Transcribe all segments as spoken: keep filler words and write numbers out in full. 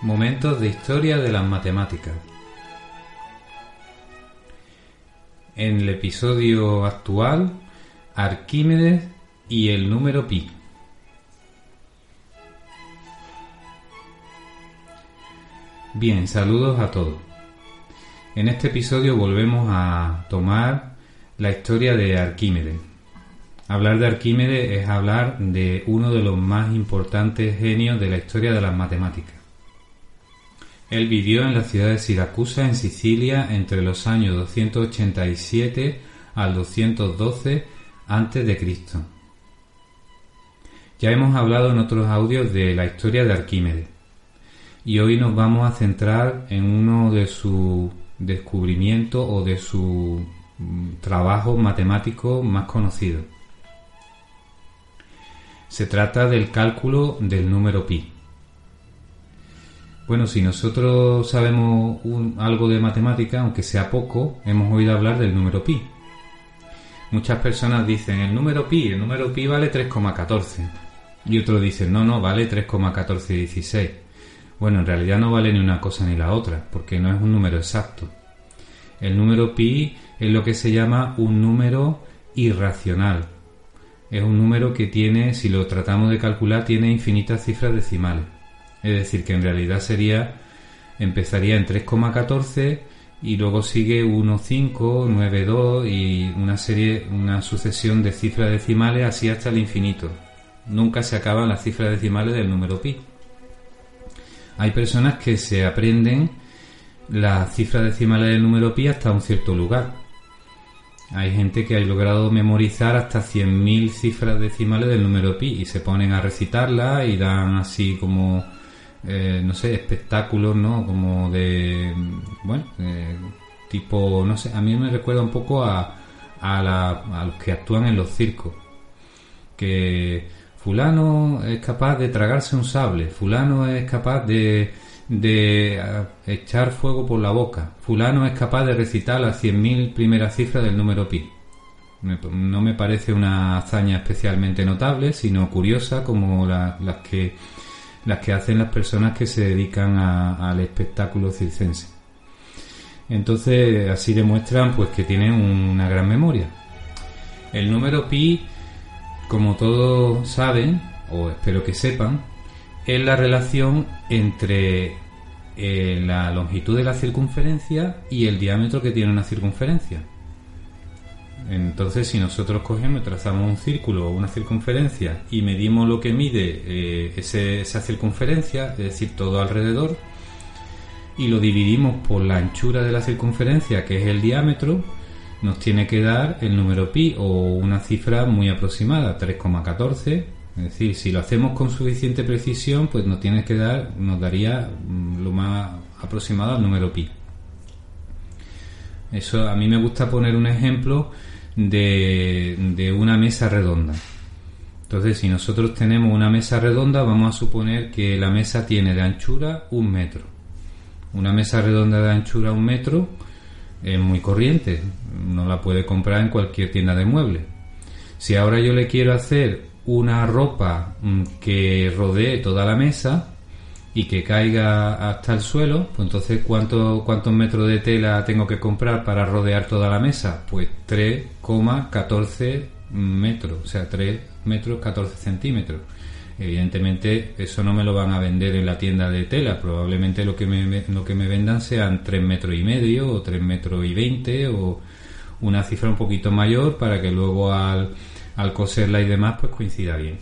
Momentos de historia de las matemáticas. En el episodio actual, Arquímedes y el número pi. Bien, saludos a todos. En este episodio volvemos a tomar la historia de Arquímedes. Hablar de Arquímedes es hablar de uno de los más importantes genios de la historia de las matemáticas. Él vivió en la ciudad de Siracusa, en Sicilia, entre los años doscientos ochenta y siete al doscientos doce antes de Cristo. Ya hemos hablado en otros audios de la historia de Arquímedes y hoy nos vamos a centrar en uno de sus descubrimientos o de sus trabajos matemáticos más conocidos. Se trata del cálculo del número pi. Bueno, si nosotros sabemos un, algo de matemática, aunque sea poco, hemos oído hablar del número pi. Muchas personas dicen, el número pi, el número pi vale tres coma catorce. Y otros dicen, no, no, vale tres coma catorce dieciséis. Bueno, en realidad no vale ni una cosa ni la otra, porque no es un número exacto. El número pi es lo que se llama un número irracional. Es un número que tiene, si lo tratamos de calcular, tiene infinitas cifras decimales. Es decir, que en realidad sería, empezaría en tres coma catorce y luego sigue uno coma cinco, nueve coma dos y una serie, una sucesión de cifras decimales así hasta el infinito. Nunca se acaban las cifras decimales del número pi. Hay personas que se aprenden las cifras decimales del número pi hasta un cierto lugar. Hay gente que ha logrado memorizar hasta cien mil cifras decimales del número pi y se ponen a recitarlas y dan así como... Eh, no sé, espectáculos, ¿no? Como de, bueno, eh, tipo, no sé, a mí me recuerda un poco a, a, la, a los que actúan en los circos. Que fulano es capaz de tragarse un sable, fulano es capaz de, de echar fuego por la boca, fulano es capaz de recitar las cien mil primeras cifras del número pi. Me, no me parece una hazaña especialmente notable, sino curiosa como la, las que... las que hacen las personas que se dedican a, al espectáculo circense. Entonces así demuestran pues que tienen una gran memoria. El número pi, como todos saben, o espero que sepan, es la relación entre eh, la longitud de la circunferencia y el diámetro que tiene una circunferencia. Entonces, si nosotros cogemos, trazamos un círculo o una circunferencia y medimos lo que mide eh, ese, esa circunferencia, es decir, todo alrededor, y lo dividimos por la anchura de la circunferencia, que es el diámetro, nos tiene que dar el número pi o una cifra muy aproximada, tres coma catorce. Es decir, si lo hacemos con suficiente precisión, pues nos tiene que dar, nos daría lo más aproximado al número pi. Eso, a mí me gusta poner un ejemplo de, de una mesa redonda. Entonces, si nosotros tenemos una mesa redonda, vamos a suponer que la mesa tiene de anchura un metro. Una mesa redonda de anchura un metro es muy corriente, no la puede comprar en cualquier tienda de muebles. Si ahora yo le quiero hacer una ropa que rodee toda la mesa y que caiga hasta el suelo, pues entonces ¿cuánto, cuántos metros de tela tengo que comprar para rodear toda la mesa? Pues tres coma catorce metros, o sea, tres metros catorce centímetros. Evidentemente eso no me lo van a vender en la tienda de tela, probablemente lo que me, lo que me vendan sean tres metros y medio o tres metros y veinte o una cifra un poquito mayor para que luego al, al coserla y demás pues coincida bien.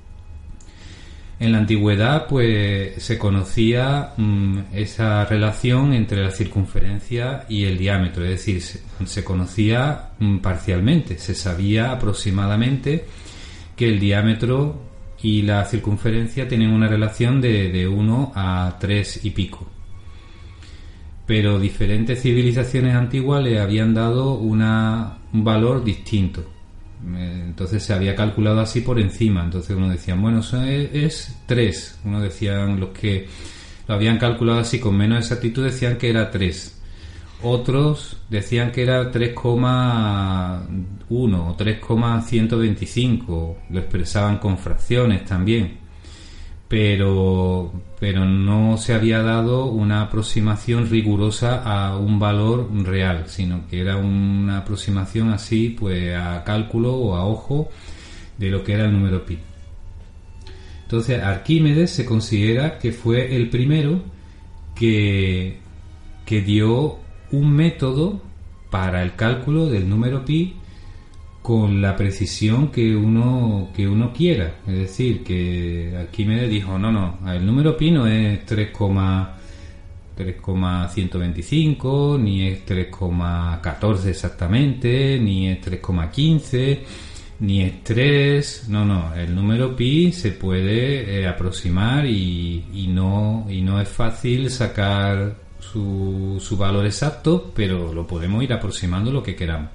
En la antigüedad pues se conocía mmm, esa relación entre la circunferencia y el diámetro, es decir, se, se conocía mmm, parcialmente, se sabía aproximadamente que el diámetro y la circunferencia tienen una relación de, de uno a tres y pico. Pero diferentes civilizaciones antiguas le habían dado una, un valor distinto. Entonces se había calculado así por encima. Entonces uno decía, bueno, eso es, es tres. Uno decían, los que lo habían calculado así con menos exactitud decían que era tres. Otros decían que era tres coma uno o tres coma ciento veinticinco. Lo expresaban con fracciones también. pero, pero no se había dado una aproximación rigurosa a un valor real, sino que era una aproximación así, pues a cálculo o a ojo de lo que era el número pi. Entonces Arquímedes se considera que fue el primero que, que dio un método para el cálculo del número pi con la precisión que uno que uno quiera. Es decir, que Arquímedes dijo, no, no, el número pi no es tres coma ciento veinticinco, ni es tres coma catorce exactamente, ni es tres coma quince, ni es tres, no, no, el número pi se puede eh, aproximar y, y no y no es fácil sacar su, su valor exacto, pero lo podemos ir aproximando lo que queramos.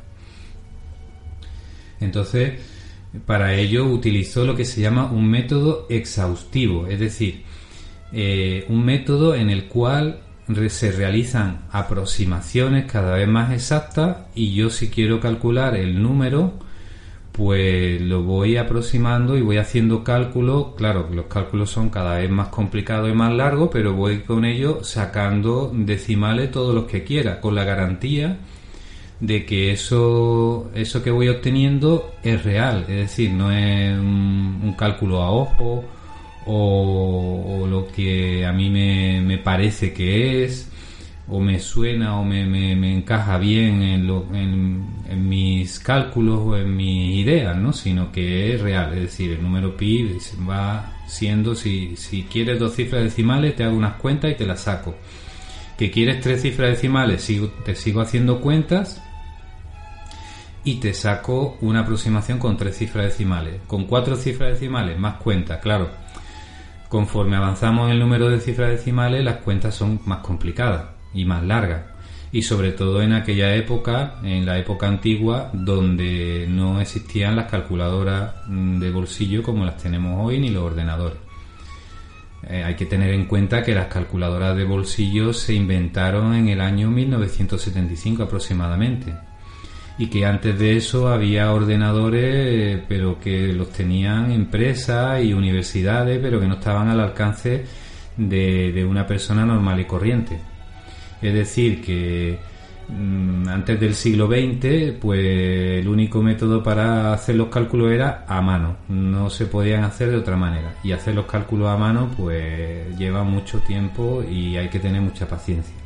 Entonces, para ello utilizó lo que se llama un método exhaustivo, es decir, eh, un método en el cual se realizan aproximaciones cada vez más exactas, y yo, si quiero calcular el número, pues lo voy aproximando y voy haciendo cálculos. Claro, los cálculos son cada vez más complicados y más largos, pero voy con ello sacando decimales todos los que quiera, con la garantía de que eso eso que voy obteniendo es real, es decir, no es un, un cálculo a ojo o, o lo que a mí me, me parece que es, o me suena o me, me, me encaja bien en, lo, en, en mis cálculos o en mis ideas, ¿no? Sino que es real, es decir, el número pi va siendo, si, si quieres dos cifras decimales, te hago unas cuentas y te las saco. Que quieres tres cifras decimales, sigo, te sigo haciendo cuentas y te saco una aproximación con tres cifras decimales. Con cuatro cifras decimales, más cuentas, claro. Conforme avanzamos en el número de cifras decimales, las cuentas son más complicadas y más largas, y sobre todo en aquella época, en la época antigua, donde no existían las calculadoras de bolsillo como las tenemos hoy, ni los ordenadores. Eh, hay que tener en cuenta que las calculadoras de bolsillo se inventaron en el año mil novecientos setenta y cinco aproximadamente, y que antes de eso había ordenadores, eh, pero que los tenían empresas y universidades, pero que no estaban al alcance de, de una persona normal y corriente. Es decir, que mmm, antes del siglo veinte, pues el único método para hacer los cálculos era a mano, no se podían hacer de otra manera, y hacer los cálculos a mano pues lleva mucho tiempo y hay que tener mucha paciencia.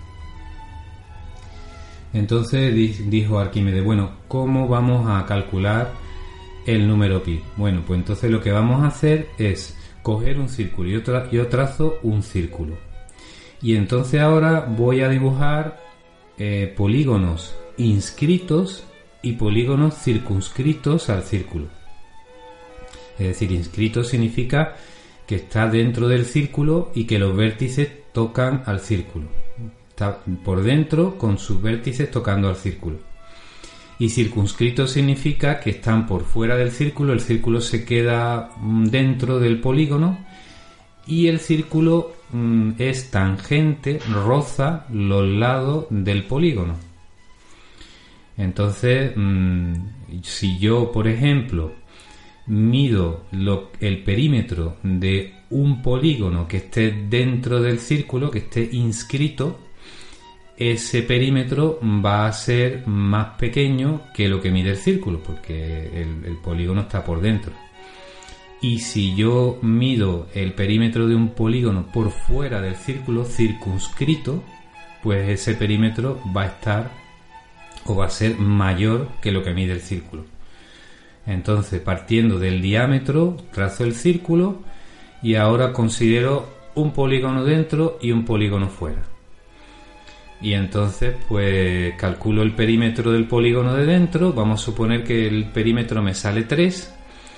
Entonces dijo Arquímedes, bueno, ¿cómo vamos a calcular el número pi? Bueno, pues entonces lo que vamos a hacer es coger un círculo, yo, tra- yo trazo un círculo. Y entonces ahora voy a dibujar eh, polígonos inscritos y polígonos circunscritos al círculo. Es decir, inscrito significa que está dentro del círculo y que los vértices tocan al círculo. Está por dentro con sus vértices tocando al círculo. Y circunscrito significa que están por fuera del círculo, el círculo se queda dentro del polígono y el círculo mm, es tangente, roza los lados del polígono. Entonces, mmm, si yo, por ejemplo, mido lo, el perímetro de un polígono que esté dentro del círculo, que esté inscrito, ese perímetro va a ser más pequeño que lo que mide el círculo, porque el, el polígono está por dentro. Y si yo mido el perímetro de un polígono por fuera del círculo circunscrito, pues ese perímetro va a estar o va a ser mayor que lo que mide el círculo. Entonces, partiendo del diámetro, trazo el círculo y ahora considero un polígono dentro y un polígono fuera. Y entonces, pues calculo el perímetro del polígono de dentro. Vamos a suponer que el perímetro me sale tres.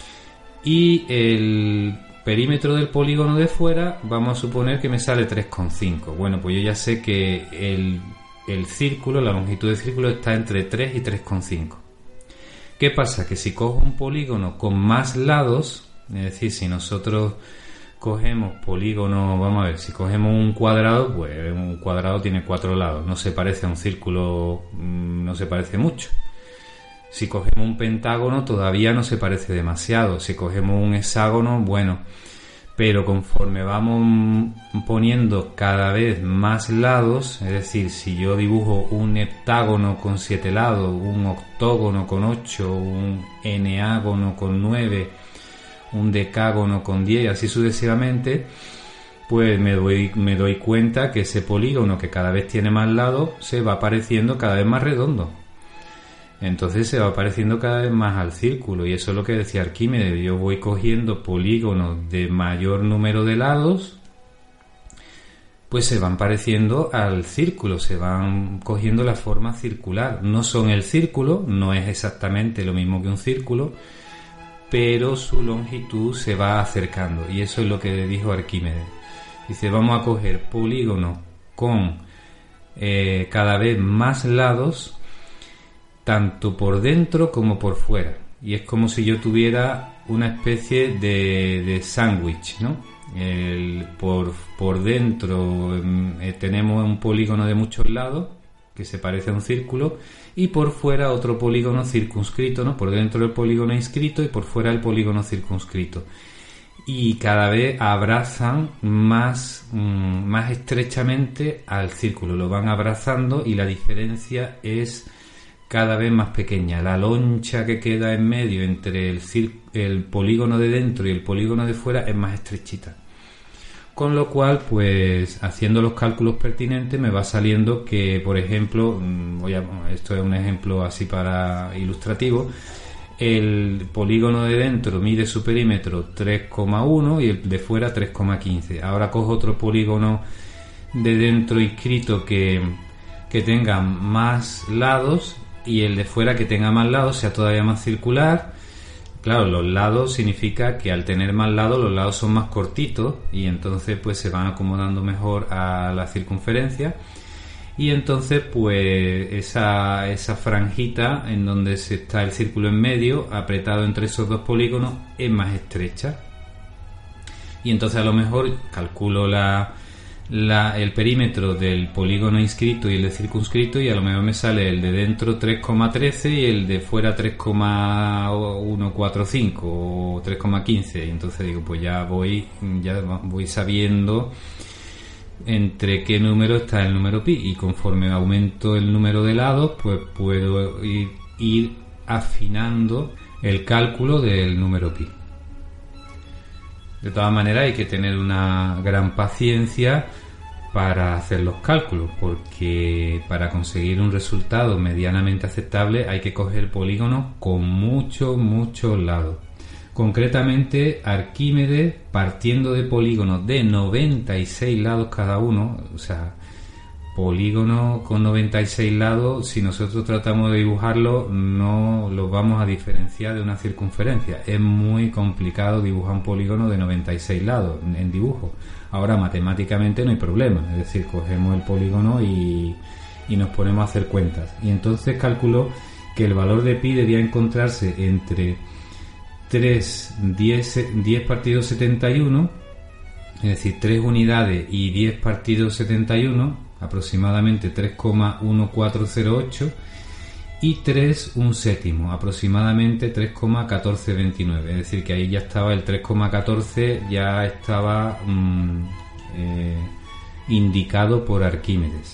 Y el perímetro del polígono de fuera, vamos a suponer que me sale tres coma cinco. Bueno, pues yo ya sé que el, el círculo, la longitud del círculo está entre tres y tres coma cinco. ¿Qué pasa? Que si cojo un polígono con más lados, es decir, si nosotros cogemos polígono, vamos a ver, si cogemos un cuadrado, pues un cuadrado tiene cuatro lados, no se parece a un círculo, no se parece mucho. Si cogemos un pentágono todavía no se parece demasiado, si cogemos un hexágono, bueno, pero conforme vamos poniendo cada vez más lados, es decir, si yo dibujo un heptágono con siete lados, un octógono con ocho, un eneágono con nueve, un decágono con diez, así sucesivamente, pues me doy, me doy cuenta que ese polígono, que cada vez tiene más lados, se va pareciendo cada vez más redondo. Entonces se va pareciendo cada vez más al círculo, y eso es lo que decía Arquímedes. Yo voy cogiendo polígonos de mayor número de lados, pues se van pareciendo al círculo, se van cogiendo la forma circular. No son el círculo, no es exactamente lo mismo que un círculo, pero su longitud se va acercando, y eso es lo que dijo Arquímedes. Dice, vamos a coger polígonos con eh, cada vez más lados, tanto por dentro como por fuera, y es como si yo tuviera una especie de, de sándwich, ¿no? El, por, por dentro eh, tenemos un polígono de muchos lados que se parece a un círculo, y por fuera otro polígono circunscrito, ¿no? Por dentro el polígono inscrito y por fuera el polígono circunscrito, y cada vez abrazan más, mmm, más estrechamente al círculo, lo van abrazando, y la diferencia es cada vez más pequeña. La loncha que queda en medio entre el, cir- el polígono de dentro y el polígono de fuera es más estrechita. Con lo cual, pues haciendo los cálculos pertinentes me va saliendo que, por ejemplo, voy a, esto es un ejemplo así para ilustrativo, el polígono de dentro mide su perímetro tres coma uno y el de fuera tres coma quince. Ahora cojo otro polígono de dentro inscrito que, que tenga más lados, y el de fuera que tenga más lados sea todavía más circular. Claro, los lados significa que al tener más lados, los lados son más cortitos, y entonces pues se van acomodando mejor a la circunferencia, y entonces pues esa, esa franjita en donde se está el círculo en medio, apretado entre esos dos polígonos, es más estrecha, y entonces a lo mejor calculo la La, el perímetro del polígono inscrito y el de circunscrito, y a lo mejor me sale el de dentro tres coma trece y el de fuera tres coma ciento cuarenta y cinco o tres coma quince, y entonces digo, pues ya voy ya voy sabiendo entre qué número está el número pi, y conforme aumento el número de lados, pues puedo ir, ir afinando el cálculo del número pi. De todas maneras, hay que tener una gran paciencia para hacer los cálculos, porque para conseguir un resultado medianamente aceptable hay que coger polígonos con muchos, muchos lados. Concretamente, Arquímedes, partiendo de polígonos de noventa y seis lados cada uno, o sea, polígonos con noventa y seis lados, si nosotros tratamos de dibujarlo, no los vamos a diferenciar de una circunferencia. Es muy complicado dibujar un polígono de noventa y seis lados en dibujo. Ahora, matemáticamente no hay problema, es decir, cogemos el polígono y, y nos ponemos a hacer cuentas. Y entonces calculo que el valor de pi debía encontrarse entre tres, diez, diez partido setenta y uno, es decir, tres unidades y diez partido setenta y uno, aproximadamente tres coma mil cuatrocientos ocho, y tres un séptimo, aproximadamente tres coma mil cuatrocientos veintinueve. Es decir, que ahí ya estaba el tres coma catorce, ya estaba mmm, eh, indicado por Arquímedes.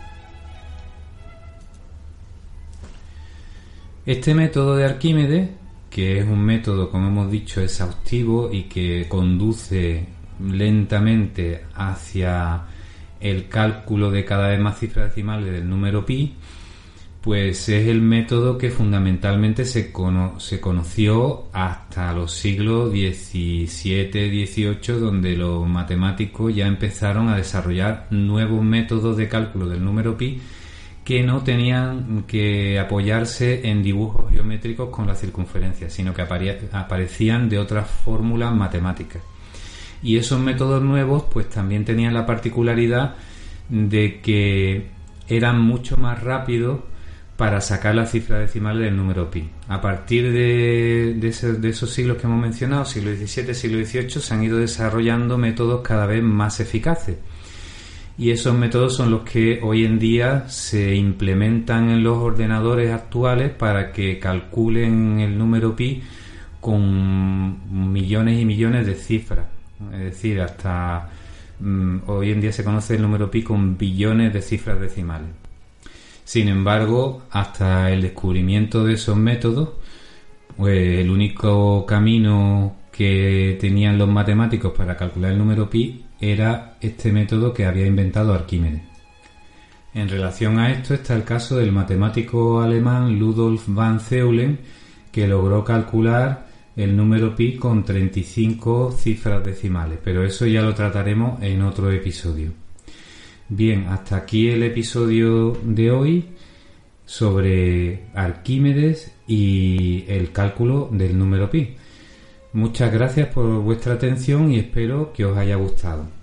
Este método de Arquímedes, que es un método, como hemos dicho, exhaustivo y que conduce lentamente hacia el cálculo de cada vez más cifras decimales del número pi, pues es el método que fundamentalmente se, cono- se conoció hasta los siglos diecisiete dieciocho, donde los matemáticos ya empezaron a desarrollar nuevos métodos de cálculo del número pi que no tenían que apoyarse en dibujos geométricos con la circunferencia, sino que apare- aparecían de otras fórmulas matemáticas. Y esos métodos nuevos pues también tenían la particularidad de que eran mucho más rápidos para sacar las cifras decimales del número pi. A partir de, de, ese, de esos siglos que hemos mencionado, siglo diecisiete, siglo dieciocho, se han ido desarrollando métodos cada vez más eficaces. Y esos métodos son los que hoy en día se implementan en los ordenadores actuales para que calculen el número pi con millones y millones de cifras. Es decir, hasta mmm, hoy en día se conoce el número pi con billones de cifras decimales. Sin embargo, hasta el descubrimiento de esos métodos, pues el único camino que tenían los matemáticos para calcular el número pi era este método que había inventado Arquímedes. En relación a esto está el caso del matemático alemán Rudolf von Zeulen, que logró calcular el número pi con treinta y cinco cifras decimales, pero eso ya lo trataremos en otro episodio. Bien, hasta aquí el episodio de hoy sobre Arquímedes y el cálculo del número pi. Muchas gracias por vuestra atención y espero que os haya gustado.